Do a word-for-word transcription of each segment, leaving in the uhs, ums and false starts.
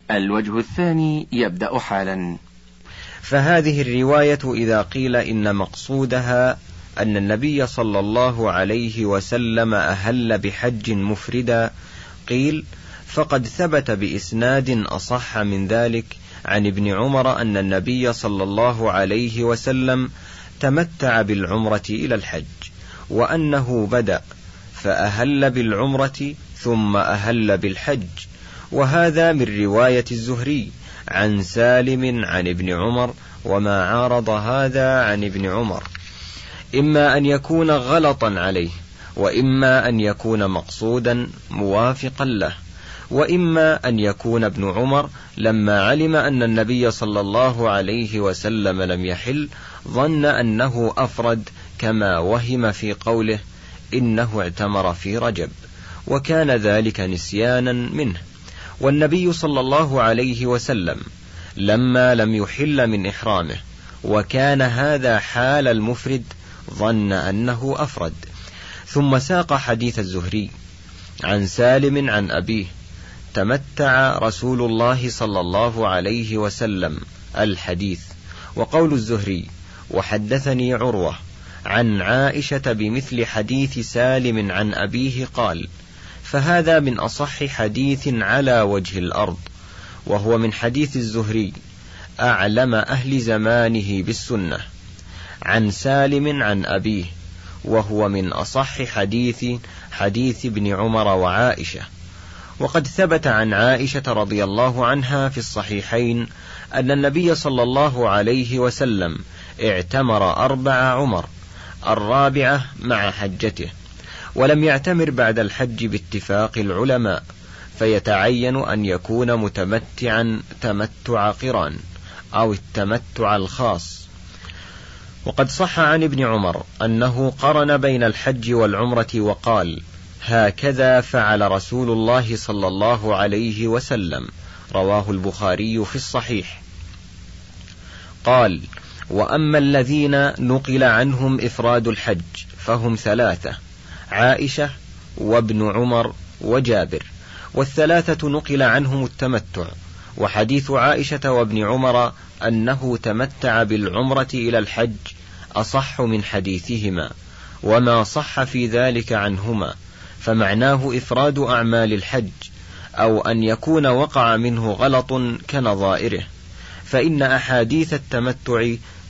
الوجه الثاني يبدأ حالا. فهذه الرواية إذا قيل إن مقصودها أن النبي صلى الله عليه وسلم أهل بحج مفردا قيل فقد ثبت بإسناد أصح من ذلك عن ابن عمر أن النبي صلى الله عليه وسلم تمتع بالعمرة إلى الحج، وأنه بدأ فأهل بالعمرة ثم أهل بالحج، وهذا من رواية الزهري عن سالم عن ابن عمر، وما عارض هذا عن ابن عمر إما أن يكون غلطا عليه، وإما أن يكون مقصودا موافقا له، وإما أن يكون ابن عمر لما علم أن النبي صلى الله عليه وسلم لم يحل ظن أنه أفرد، كما وهم في قوله إنه اعتمر في رجب، وكان ذلك نسيانا منه. والنبي صلى الله عليه وسلم لما لم يحل من إحرامه وكان هذا حال المفرد ظن أنه أفرد. ثم ساق حديث الزهري عن سالم عن أبيه تمتع رسول الله صلى الله عليه وسلم الحديث، وقول الزهري وحدثني عروة عن عائشة بمثل حديث سالم عن أبيه قال، فهذا من أصح حديث على وجه الأرض، وهو من حديث الزهري أعلم أهل زمانه بالسنة عن سالم عن أبيه، وهو من أصح حديث حديث ابن عمر وعائشة. وقد ثبت عن عائشة رضي الله عنها في الصحيحين أن النبي صلى الله عليه وسلم اعتمر أربع عمر، الرابعة مع حجته، ولم يعتمر بعد الحج باتفاق العلماء، فيتعين أن يكون متمتعا تمتع قران أو التمتع الخاص. وقد صح عن ابن عمر أنه قرن بين الحج والعمرة وقال هكذا فعل رسول الله صلى الله عليه وسلم، رواه البخاري في الصحيح. قال وأما الذين نقل عنهم إفراد الحج فهم ثلاثة، عائشة وابن عمر وجابر، والثلاثة نقل عنهم التمتع، وحديث عائشة وابن عمر أنه تمتع بالعمرة إلى الحج أصح من حديثهما، وما صح في ذلك عنهما، فمعناه إفراد أعمال الحج، أو أن يكون وقع منه غلط كنظائره، فإن أحاديث التمتع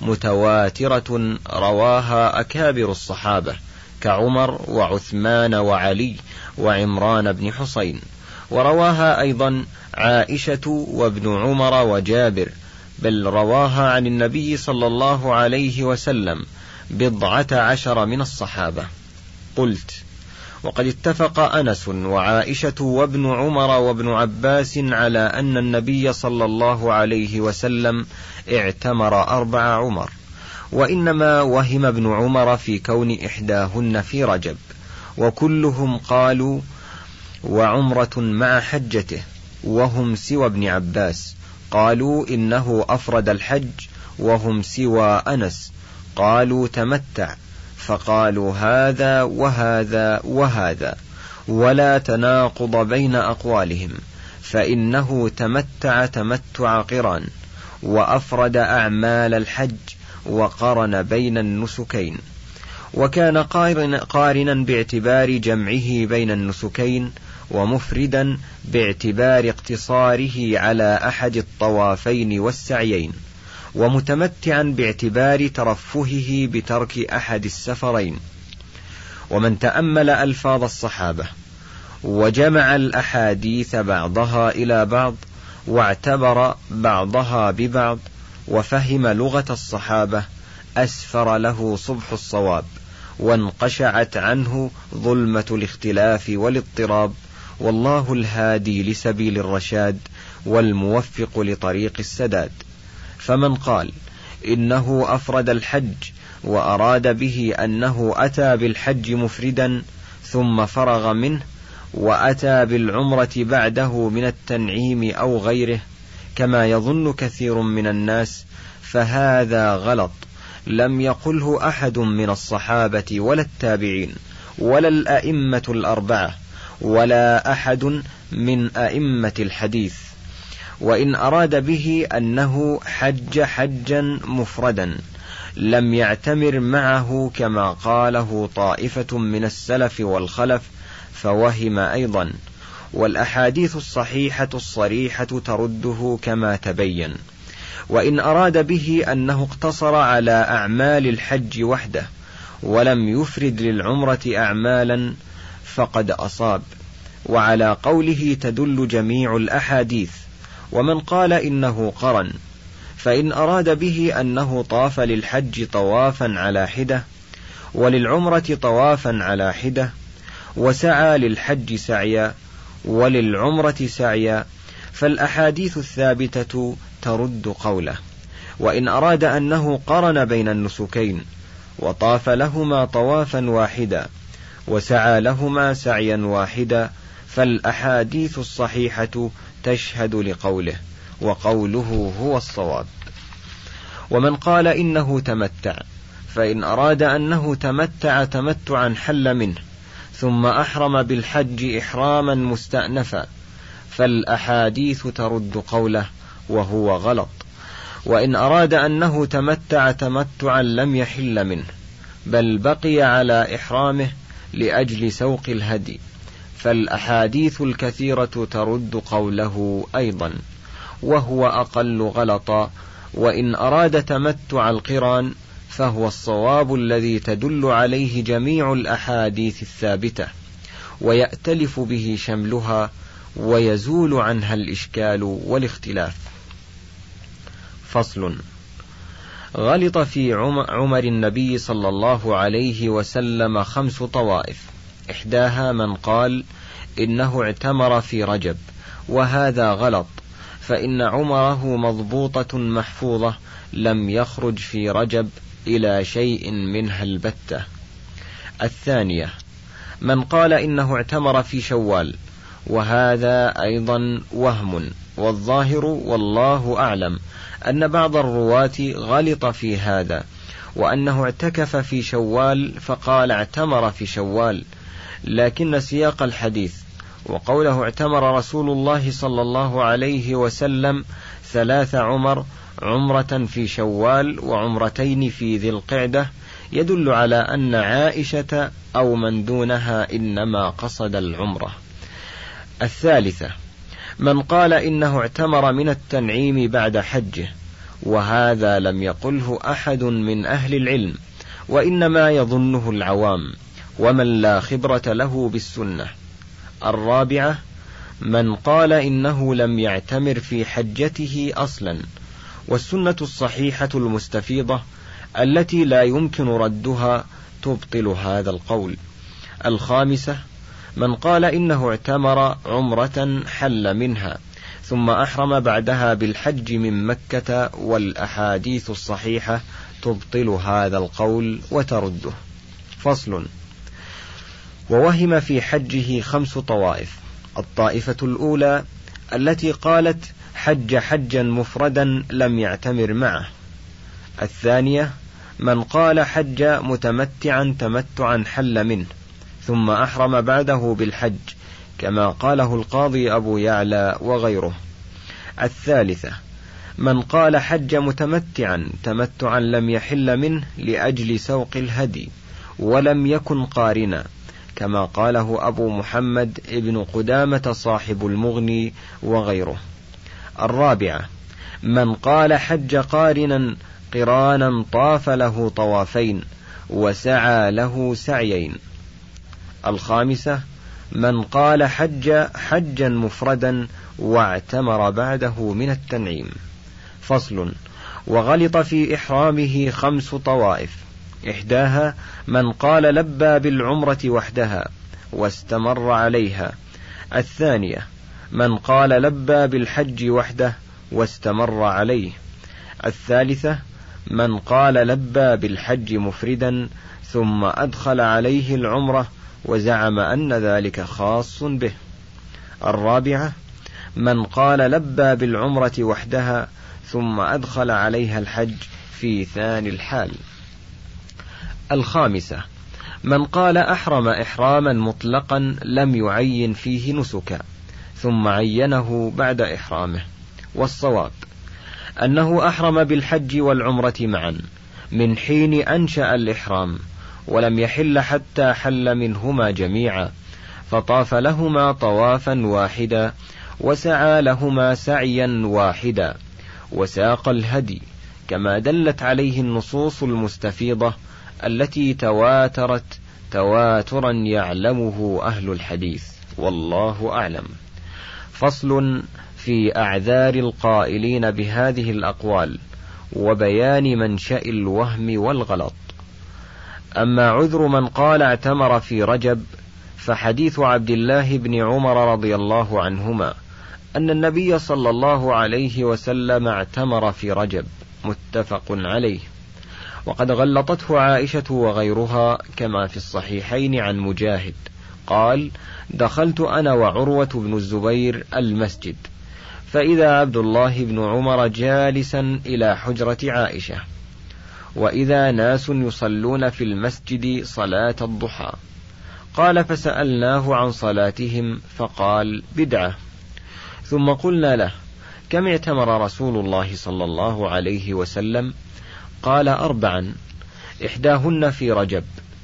متواترة رواها أكابر الصحابة كعمر وعثمان وعلي وعمران بن حسين، ورواها أيضا عائشة وابن عمر وجابر، بل رواها عن النبي صلى الله عليه وسلم بضعة عشر من الصحابة. قلت وقد اتفق أنس وعائشة وابن عمر وابن عباس على أن النبي صلى الله عليه وسلم اعتمر أربع عمر، وإنما وهم ابن عمر في كون إحداهن في رجب، وكلهم قالوا وعمرة مع حجته، وهم سوى ابن عباس قالوا إنه أفرد الحج، وهم سوى أنس قالوا تمتع، فقالوا هذا وهذا وهذا، ولا تناقض بين أقوالهم، فإنه تمتع تمتع قران، وأفرد أعمال الحج، وقرن بين النسكين، وكان قارنا باعتبار جمعه بين النسكين، ومفردا باعتبار اقتصاره على أحد الطوافين والسعيين، ومتمتعا باعتبار ترفهه بترك أحد السفرين. ومن تأمل ألفاظ الصحابة وجمع الأحاديث بعضها إلى بعض، واعتبر بعضها ببعض، وفهم لغة الصحابة، أسفر له صبح الصواب، وانقشعت عنه ظلمة الاختلاف والاضطراب، والله الهادي لسبيل الرشاد والموفق لطريق السداد. فمن قال إنه أفرد الحج وأراد به أنه أتى بالحج مفردا ثم فرغ منه وأتى بالعمرة بعده من التنعيم أو غيره كما يظن كثير من الناس، فهذا غلط، لم يقله أحد من الصحابة ولا التابعين ولا الأئمة الأربعة ولا أحد من أئمة الحديث، وإن أراد به أنه حج حجا مفردا لم يعتمر معه كما قاله طائفة من السلف والخلف فوهم أيضا، والأحاديث الصحيحة الصريحة ترده كما تبين. وإن أراد به أنه اقتصر على أعمال الحج وحده ولم يفرد للعمرة أعمالا فقد أصاب، وعلى قوله تدل جميع الأحاديث. ومن قال إنه قرن، فإن أراد به أنه طاف للحج طوافا على حدة وللعمرة طوافا على حدة وسعى للحج سعيا وللعمرة سعيا فالأحاديث الثابتة ترد قوله. وإن أراد أنه قرن بين النسكين وطاف لهما طوافا واحدا وسعى لهما سعيا واحدا فالأحاديث الصحيحة تشهد لقوله، وقوله هو الصواب. ومن قال إنه تمتع، فإن أراد أنه تمتع تمتعا حل منه ثم أحرم بالحج إحراما مستأنفا فالأحاديث ترد قوله وهو غلط. وإن أراد أنه تمتع تمتعا لم يحل منه بل بقي على إحرامه لأجل سوق الهدي فالأحاديث الكثيرة ترد قوله أيضا، وهو أقل غلطا. وإن أراد تمتع القران فهو الصواب الذي تدل عليه جميع الأحاديث الثابتة ويأتلف به شملها ويزول عنها الإشكال والاختلاف. فصل. غلط في عمر النبي صلى الله عليه وسلم خمس طوائف، إحداها من قال إنه اعتمر في رجب، وهذا غلط، فإن عمره مضبوطة محفوظة لم يخرج في رجب إلى شيء منها البتة. الثانية من قال إنه اعتمر في شوال، وهذا أيضا وهم، والظاهر والله أعلم أن بعض الرواة غلط في هذا، وأنه اعتكف في شوال فقال اعتمر في شوال، لكن سياق الحديث وقوله اعتمر رسول الله صلى الله عليه وسلم ثلاث عمر، عمرة في شوال وعمرتين في ذي القعدة، يدل على أن عائشة أو من دونها إنما قصد العمرة. الثالثة من قال إنه اعتمر من التنعيم بعد حجه، وهذا لم يقله أحد من أهل العلم، وإنما يظنه العوام ومن لا خبرة له بالسنة. الرابعة من قال إنه لم يعتمر في حجته أصلا، والسنة الصحيحة المستفيضة التي لا يمكن ردها تبطل هذا القول. الخامسة من قال إنه اعتمر عمرة حل منها ثم أحرم بعدها بالحج من مكة، والأحاديث الصحيحة تبطل هذا القول وترده. فصل. ووهم في حجه خمس طوائف: الطائفة الأولى التي قالت حج حجا مفردا لم يعتمر معه. الثانية من قال حج متمتعا تمتعا حل منه ثم أحرم بعده بالحج كما قاله القاضي أبو يعلى وغيره. الثالثة من قال حج متمتعا تمتعا لم يحل منه لأجل سوق الهدي ولم يكن قارنا كما قاله أبو محمد ابن قدامة صاحب المغني وغيره. الرابعة من قال حج قارنا قرانا طاف له طوافين وسعى له سعيين. الخامسة من قال حج حجا مفردا واعتمر بعده من التنعيم. فصل. وغلط في إحرامه خمس طوائف: إحداها من قال لبى بالعمرة وحدها واستمر عليها. الثانية من قال لبى بالحج وحده واستمر عليه. الثالثة من قال لبى بالحج مفردا ثم أدخل عليه العمرة وزعم أن ذلك خاص به. الرابعة من قال لبى بالعمرة وحدها ثم أدخل عليها الحج في ثاني الحال. الخامسة من قال أحرم إحراما مطلقا لم يعين فيه نسكا ثم عينه بعد إحرامه، والصواب أنه أحرم بالحج والعمرة معا من حين أنشأ الإحرام، ولم يحل حتى حل منهما جميعا، فطاف لهما طوافا واحدا وسعى لهما سعيا واحدا وساق الهدي، كما دلت عليه النصوص المستفيضة التي تواترت تواترا يعلمه أهل الحديث، والله أعلم. فصل في أعذار القائلين بهذه الأقوال وبيان منشأ الوهم والغلط. أما عذر من قال اعتمر في رجب فحديث عبد الله بن عمر رضي الله عنهما أن النبي صلى الله عليه وسلم اعتمر في رجب متفق عليه، وقد غلطته عائشة وغيرها كما في الصحيحين عن مجاهد قال: دخلت أنا وعروة بن الزبير المسجد، فإذا عبد الله بن عمر جالسا إلى حجرة عائشة، وإذا ناس يصلون في المسجد صلاة الضحى. قال: فسألناه عن صلاتهم فقال: بدعة. ثم قلنا له: كم اعتمر رسول الله صلى الله عليه وسلم؟ قال: أربعا، إحداهن في رجب،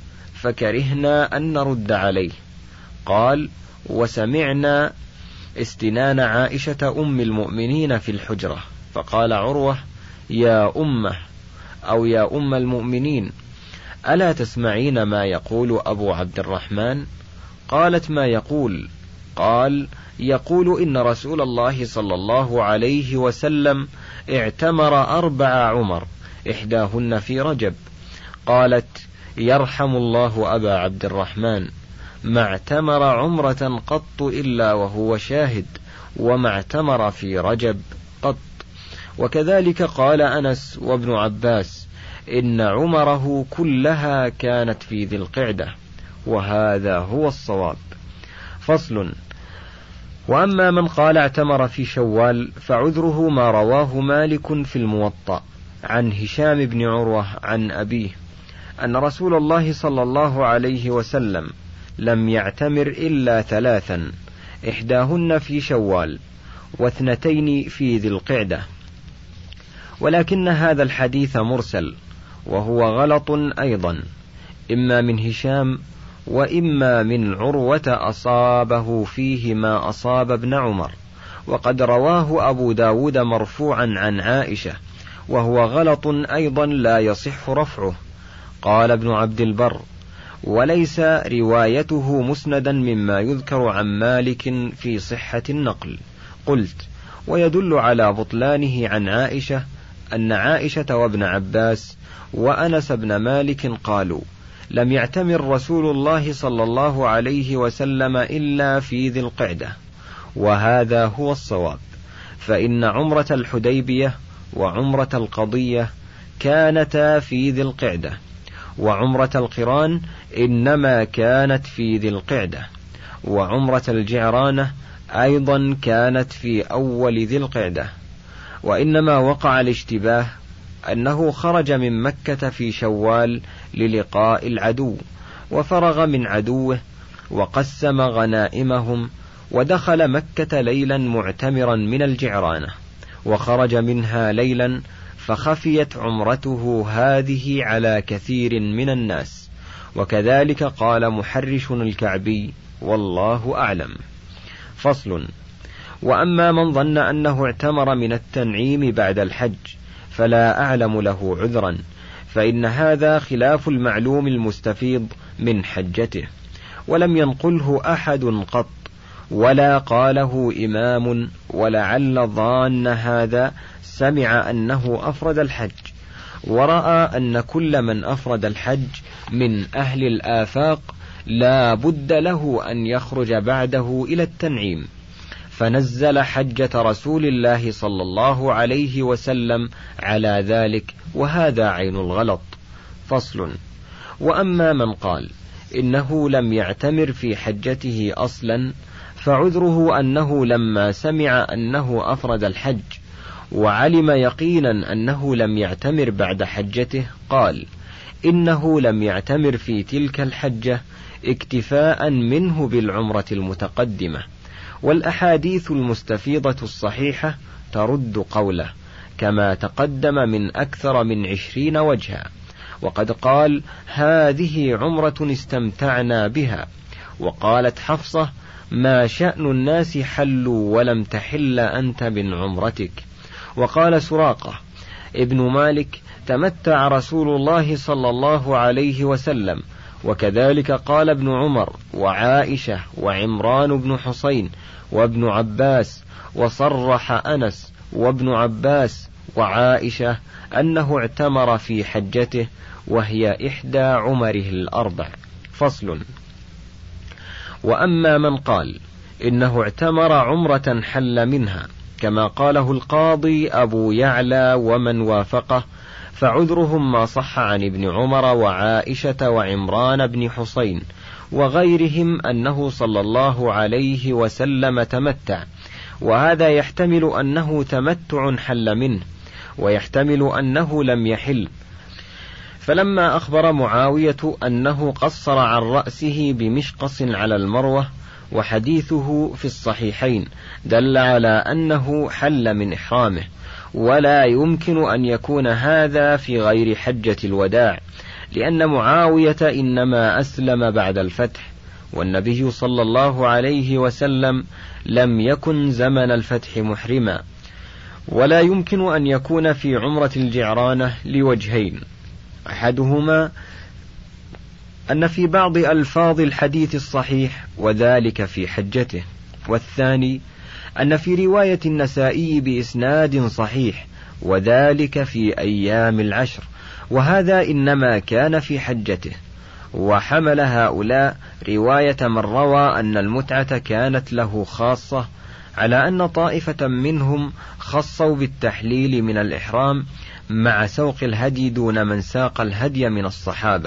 فكرهنا أن نرد عليه. قال: وسمعنا استنان عائشة أم المؤمنين في الحجرة، فقال عروة: يا أمه أو يا أم المؤمنين، ألا تسمعين ما يقول أبو عبد الرحمن؟ قالت: ما يقول؟ قال: يقول إن رسول الله صلى الله عليه وسلم اعتمر أربع عمر، إحداهن في رجب. قالت: يرحم الله أبا عبد الرحمن، ما اعتمر عمرة قط إلا وهو شاهد، وما اعتمر في رجب قط. وكذلك قال أنس وابن عباس إن عمره كلها كانت في ذي القعدة، وهذا هو الصواب. فصل. وأما من قال اعتمر في شوال فعذره ما رواه مالك في الموطأ عن هشام بن عروة عن أبيه أن رسول الله صلى الله عليه وسلم لم يعتمر إلا ثلاثا، إحداهن في شوال واثنتين في ذي القعدة. ولكن هذا الحديث مرسل، وهو غلط أيضا، إما من هشام وإما من عروة أصابه فيه ما أصاب ابن عمر، وقد رواه أبو داود مرفوعا عن عائشة، وهو غلط أيضا لا يصح رفعه. قال ابن عبد البر: وليس روايته مسندا مما يذكر عن مالك في صحة النقل. قلت: ويدل على بطلانه عن عائشة أن عائشة وابن عباس وأنس بن مالك قالوا: لم يعتمر رسول الله صلى الله عليه وسلم إلا في ذي القعدة، وهذا هو الصواب، فإن عمرة الحديبية وعمرة القضية كانتا في ذي القعدة، وعمرة القران إنما كانت في ذي القعدة، وعمرة الجعرانة أيضا كانت في أول ذي القعدة. وإنما وقع الاشتباه أنه خرج من مكة في شوال للقاء العدو، وفرغ من عدوه وقسم غنائمهم، ودخل مكة ليلا معتمرا من الجعرانة، وخرج منها ليلا، فخفيت عمرته هذه على كثير من الناس. وكذلك قال محرش الكعبي، والله أعلم. فصل. وأما من ظن أنه اعتمر من التنعيم بعد الحج فلا أعلم له عذرا، فإن هذا خلاف المعلوم المستفيض من حجته، ولم ينقله أحد قط، ولا قاله إمام، ولعل ظان هذا سمع أنه أفرد الحج، ورأى أن كل من أفرد الحج من أهل الآفاق لا بد له أن يخرج بعده إلى التنعيم، فنزل حجة رسول الله صلى الله عليه وسلم على ذلك، وهذا عين الغلط. فصل. وأما من قال إنه لم يعتمر في حجته أصلا فعذره أنه لما سمع أنه أفرد الحج وعلم يقينا أنه لم يعتمر بعد حجته قال إنه لم يعتمر في تلك الحجة اكتفاء منه بالعمرة المتقدمة. والأحاديث المستفيضة الصحيحة ترد قوله، كما تقدم من أكثر من عشرين وجها. وقد قال: هذه عمرة استمتعنا بها. وقالت حفصة: ما شأن الناس حلوا ولم تحل أنت من عمرتك. وقال سراقة ابن مالك: تمتع رسول الله صلى الله عليه وسلم. وكذلك قال ابن عمر وعائشة وعمران بن حسين وابن عباس. وصرح أنس وابن عباس وعائشة أنه اعتمر في حجته، وهي إحدى عمره الأربع. فصل. وأما من قال إنه اعتمر عمرة حل منها، كما قاله القاضي أبو يعلى ومن وافقه، فعذرهم ما صح عن ابن عمر وعائشة وعمران بن حسين وغيرهم أنه صلى الله عليه وسلم تمتع، وهذا يحتمل أنه تمتع حل منه، ويحتمل أنه لم يحل. فلما أخبر معاوية أنه قصر عن رأسه بمشقص على المروة، وحديثه في الصحيحين، دل على أنه حل من إحرامه، ولا يمكن أن يكون هذا في غير حجة الوداع، لأن معاوية إنما أسلم بعد الفتح، والنبي صلى الله عليه وسلم لم يكن زمن الفتح محرما. ولا يمكن أن يكون في عمرة الجعرانة لوجهين: أحدهما أن في بعض ألفاظ الحديث الصحيح وذلك في حجته، والثاني أن في رواية النسائي بإسناد صحيح وذلك في أيام العشر، وهذا إنما كان في حجته. وحمل هؤلاء رواية من روى أن المتعة كانت له خاصة على أن طائفة منهم خصوا بالتحليل من الإحرام مع سوق الهدي دون من ساق الهدي من الصحابة،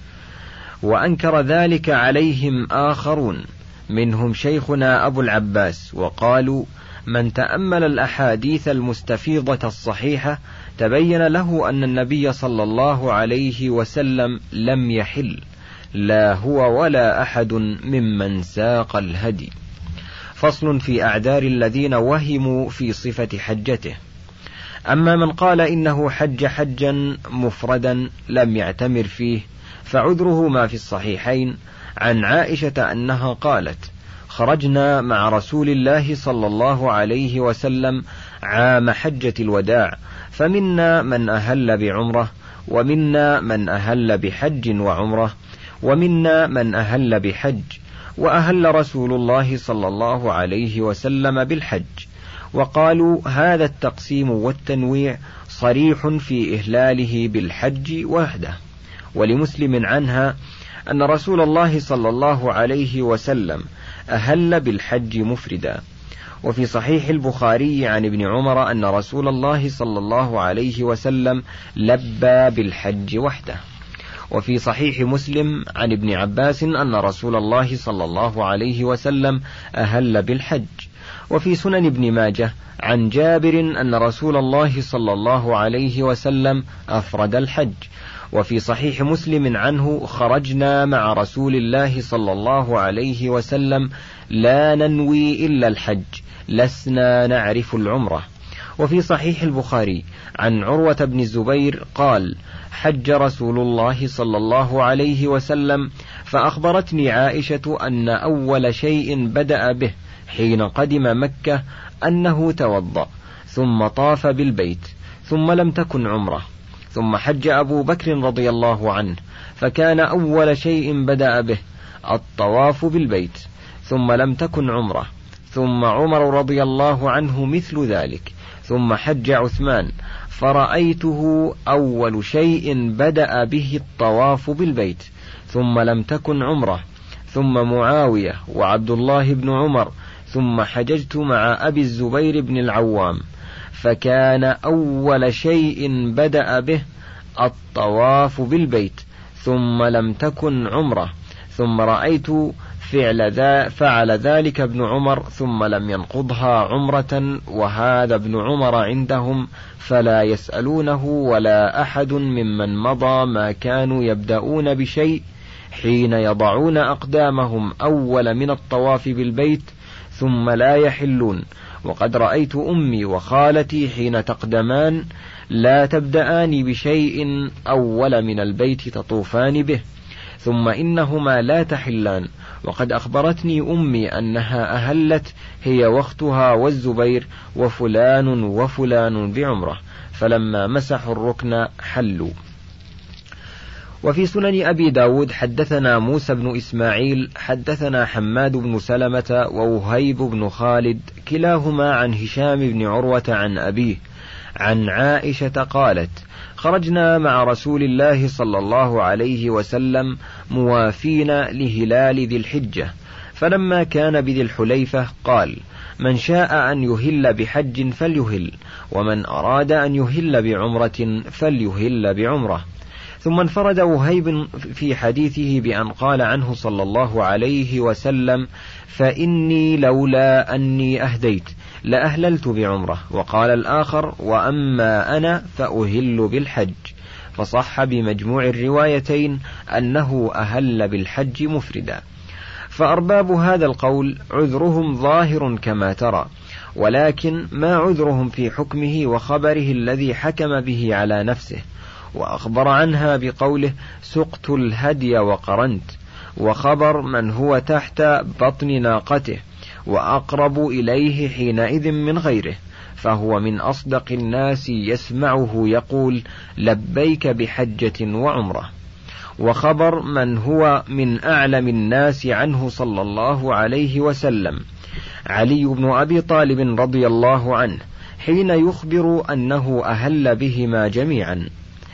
وأنكر ذلك عليهم آخرون منهم شيخنا أبو العباس، وقالوا: من تأمل الأحاديث المستفيضة الصحيحة تبين له أن النبي صلى الله عليه وسلم لم يحل، لا هو ولا أحد ممن ساق الهدي. فصل في أعذار الذين وهموا في صفة حجته. أما من قال إنه حج حجا مفردا لم يعتمر فيه، فعذره ما في الصحيحين عن عائشة أنها قالت: خرجنا مع رسول الله صلى الله عليه وسلم عام حجة الوداع، فمنا من أهل بعمرة، ومنا من أهل بحج وعمرة، ومنا من أهل بحج، وأهل رسول الله صلى الله عليه وسلم بالحج. وقالوا: هذا التقسيم والتنويع صريح في إهلاله بالحج وحده. ولمسلم عنها أن رسول الله صلى الله عليه وسلم أهل بالحج مفردا. وفي صحيح البخاري عن ابن عمر أن رسول الله صلى الله عليه وسلم لبى بالحج وحده. وفي صحيح مسلم عن ابن عباس أن رسول الله صلى الله عليه وسلم أهل بالحج. وفي سنن ابن ماجه عن جابر أن رسول الله صلى الله عليه وسلم أفرد الحج. وفي صحيح مسلم عنه: خرجنا مع رسول الله صلى الله عليه وسلم لا ننوي إلا الحج، لسنا نعرف العمرة. وفي صحيح البخاري عن عروة بن الزبير قال: حج رسول الله صلى الله عليه وسلم، فأخبرتني عائشة أن أول شيء بدأ به حين قدم مكة أنه توضأ ثم طاف بالبيت، ثم لم تكن عمرة. ثم حج أبو بكر رضي الله عنه، فكان أول شيء بدأ به الطواف بالبيت، ثم لم تكن عمرة. ثم عمر رضي الله عنه مثل ذلك. ثم حج عثمان، فرأيته أول شيء بدأ به الطواف بالبيت، ثم لم تكن عمرة. ثم معاوية وعبد الله بن عمر. ثم حججت مع أبي الزبير بن العوام، فكان أول شيء بدأ به الطواف بالبيت، ثم لم تكن عمرة. ثم رأيت فعل, ذا فعل ذلك ابن عمر، ثم لم ينقضها عمرة، وهذا ابن عمر عندهم فلا يسألونه ولا أحد ممن مضى ما كانوا يبدأون بشيء حين يضعون أقدامهم أول من الطواف بالبيت ثم لا يحلون، وقد رأيت أمي وخالتي حين تقدمان لا تبدأان بشيء أول من البيت تطوفان به، ثم إنهما لا تحلان. وقد أخبرتني أمي أنها أهلت هي واختها والزبير وفلان وفلان بعمرة، فلما مسحوا الركن حلوا. وفي سنن أبي داود حدثنا موسى بن إسماعيل حدثنا حماد بن سلمة ووهيب بن خالد كلاهما عن هشام بن عروة عن أبيه عن عائشة قالت: خرجنا مع رسول الله صلى الله عليه وسلم موافين لهلال ذي الحجة، فلما كان بذي الحليفة قال: من شاء أن يهل بحج فليهل، ومن أراد أن يهل بعمرة فليهل بعمرة. ثم انفرد وهيب في حديثه بأن قال عنه صلى الله عليه وسلم: فإني لولا أني أهديت لأهللت بعمرة. وقال الآخر: وأما أنا فأهل بالحج. فصح بمجموع الروايتين أنه أهل بالحج مفردا. فأرباب هذا القول عذرهم ظاهر كما ترى، ولكن ما عذرهم في حكمه وخبره الذي حكم به على نفسه، وأخبر عنها بقوله: سقت الهدي وقرنت، وخبر من هو تحت بطن ناقته وأقرب إليه حينئذ من غيره، فهو من أصدق الناس يسمعه يقول: لبيك بحجة وعمرة. وخبر من هو من أعلم الناس عنه صلى الله عليه وسلم علي بن أبي طالب رضي الله عنه حين يخبر أنه أهل بهما جميعا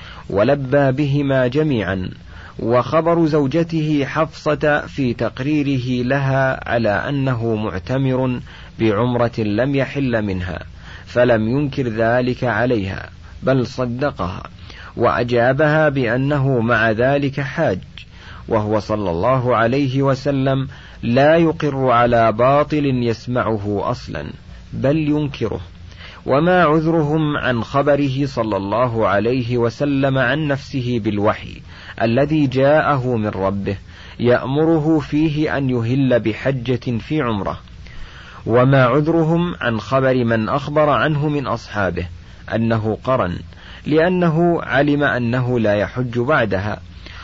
ولبى بهما جميعا. وخبر زوجته حفصة في تقريره لها على أنه معتمر بعمرة لم يحل منها، فلم ينكر ذلك عليها بل صدقها وأجابها بأنه مع ذلك حاج، وهو صلى الله عليه وسلم لا يقر على باطل يسمعه أصلا بل ينكره. وما عذرهم عن خبره صلى الله عليه وسلم عن نفسه بالوحي الذي جاءه من ربه يأمره فيه أن يهل بحجة في عمره. وما عذرهم عن خبر من أخبر عنه من أصحابه أنه قرن، لأنه علم أنه لا يحج بعدها.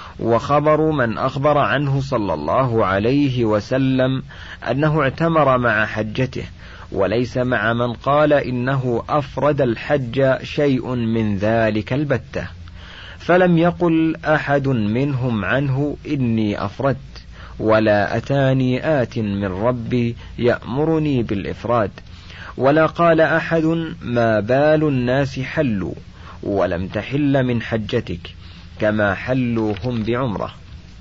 وخبر من أخبر عنه صلى الله عليه وسلم أنه اعتمر مع حجته، وليس مع من قال إنه أفرد الحج شيء من ذلك البتة. فلم يقل أحد منهم عنه إني أفردت، ولا أتاني آت من ربي يأمرني بالإفراد، ولا قال أحد ما بال الناس حلوا ولم تحل من حجتك كما حلوا هم بعمرة.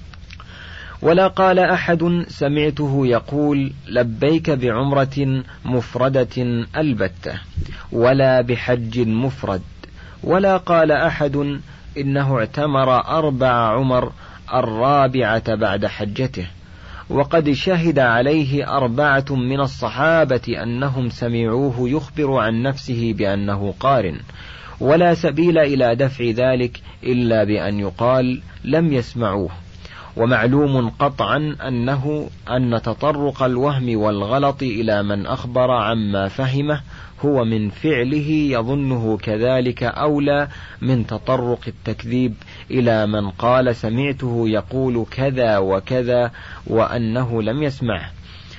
ولا قال أحد سمعته يقول لبيك بعمرة مفردة البتة ولا بحج مفرد. ولا قال أحد إنه اعتمر أربع عمر الرابعة بعد حجته، وقد شهد عليه أربعة من الصحابة أنهم سمعوه يخبر عن نفسه بأنه قارن، ولا سبيل إلى دفع ذلك إلا بأن يقال لم يسمعوه. ومعلوم قطعا أنه أن تطرق الوهم والغلط إلى من أخبر عما فهمه هو من فعله يظنه كذلك أولى من تطرق التكذيب إلى من قال سمعته يقول كذا وكذا وأنه لم يسمعه،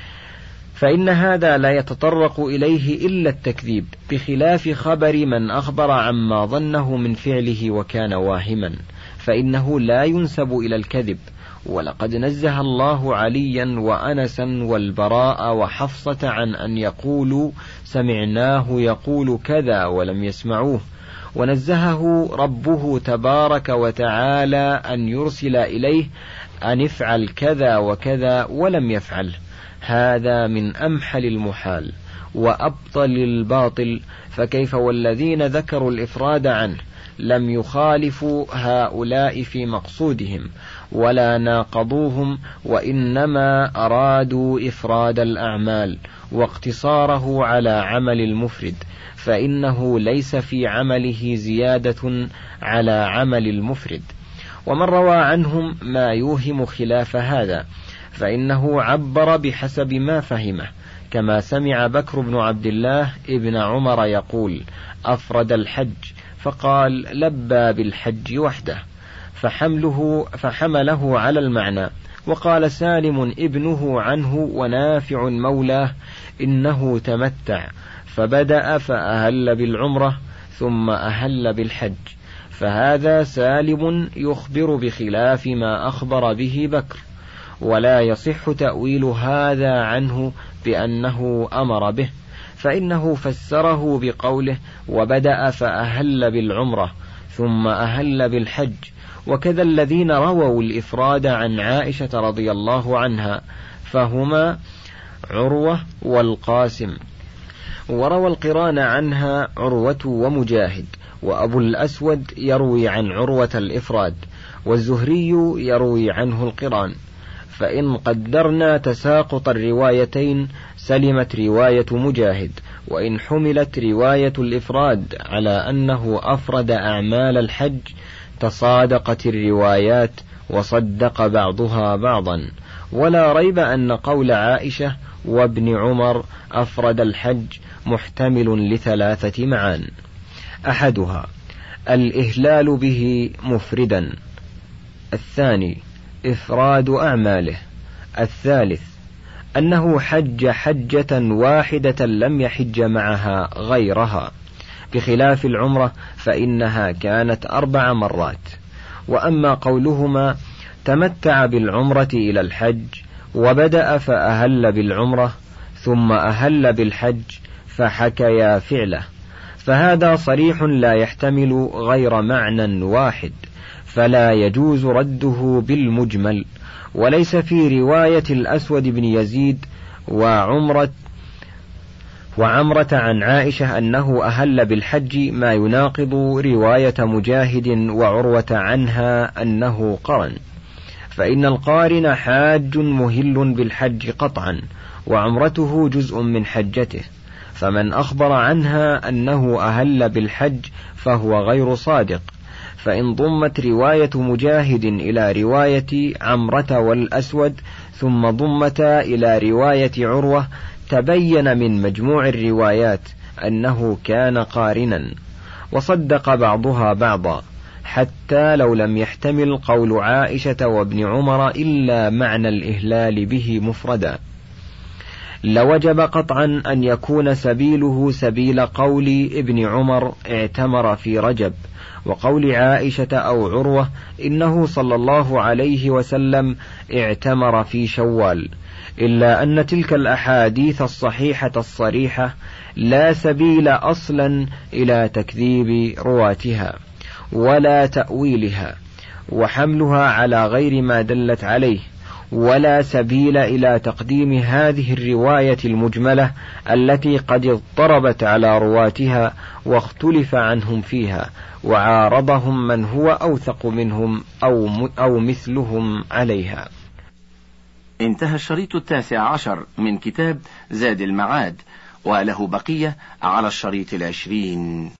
فإن هذا لا يتطرق إليه إلا التكذيب، بخلاف خبر من أخبر عما ظنه من فعله وكان واهما، فإنه لا ينسب إلى الكذب. ولقد نزه الله عليا وأنسا والبراء وحفصة عن أن يقولوا سمعناه يقول كذا ولم يسمعوه، ونزهه ربه تبارك وتعالى أن يرسل إليه أن افعل كذا وكذا ولم يفعل. هذا من أمحل المحال وأبطل الباطل، فكيف والذين ذكروا الإفراد عنه لم يخالفوا هؤلاء في مقصودهم ولا ناقضوهم، وإنما أرادوا إفراد الأعمال واقتصاره على عمل المفرد، فإنه ليس في عمله زيادة على عمل المفرد. ومن روى عنهم ما يوهم خلاف هذا فإنه عبر بحسب ما فهمه، كما سمع بكر بن عبد الله ابن عمر يقول: أفرد الحج، فقال: لبى بالحج وحده، فحمله, فحمله على المعنى. وقال سالم ابنه عنه ونافع مولاه: إنه تمتع، فبدأ فأهل بالعمرة ثم أهل بالحج. فهذا سالم يخبر بخلاف ما أخبر به بكر، ولا يصح تأويل هذا عنه بأنه أمر به، فإنه فسره بقوله: وبدأ فأهل بالعمرة ثم أهل بالحج. وكذا الذين رووا الإفراد عن عائشة رضي الله عنها فهما عروة والقاسم، وروى القران عنها عروة ومجاهد، وأبو الأسود يروي عن عروة الإفراد، والزهري يروي عنه القران. فإن قدرنا تساقط الروايتين سلمت رواية مجاهد، وإن حملت رواية الإفراد على أنه أفرد أعمال الحج تصادقت الروايات وصدق بعضها بعضا. ولا ريب أن قول عائشة وابن عمر أفرد الحج محتمل لثلاثة معان: أحدها الإهلال به مفردا، الثاني إفراد أعماله، الثالث أنه حج حجة واحدة لم يحج معها غيرها، بخلاف العمرة فإنها كانت أربع مرات. وأما قولهما تمتع بالعمرة إلى الحج وبدأ فأهل بالعمرة ثم أهل بالحج فحكيا فعله، فهذا صريح لا يحتمل غير معنى واحد، فلا يجوز رده بالمجمل. وليس في رواية الأسود بن يزيد وعمرة وعمرة عن عائشة أنه أهل بالحج ما يناقض رواية مجاهد وعروة عنها أنه قرن، فإن القارن حاج مهل بالحج قطعا، وعمرته جزء من حجته، فمن أخبر عنها أنه أهل بالحج فهو غير صادق. فإن ضمت رواية مجاهد إلى رواية عمرة والأسود ثم ضمتا إلى رواية عروة تبين من مجموع الروايات أنه كان قارنا، وصدق بعضها بعضا، حتى لو لم يحتمل قول عائشة وابن عمر إلا معنى الإهلال به مفردا، لوجب قطعا أن يكون سبيله سبيل قول ابن عمر اعتمر في رجب، وقول عائشة أو عروة إنه صلى الله عليه وسلم اعتمر في شوال، إلا أن تلك الأحاديث الصحيحة الصريحة لا سبيل أصلا إلى تكذيب رواتها ولا تأويلها وحملها على غير ما دلت عليه، ولا سبيل إلى تقديم هذه الرواية المجملة التي قد اضطربت على رواتها واختلف عنهم فيها، وعارضهم من هو أوثق منهم أو, أو مثلهم عليها. انتهى الشريط التاسع عشر من كتاب زاد المعاد، وله بقية على الشريط العشرين.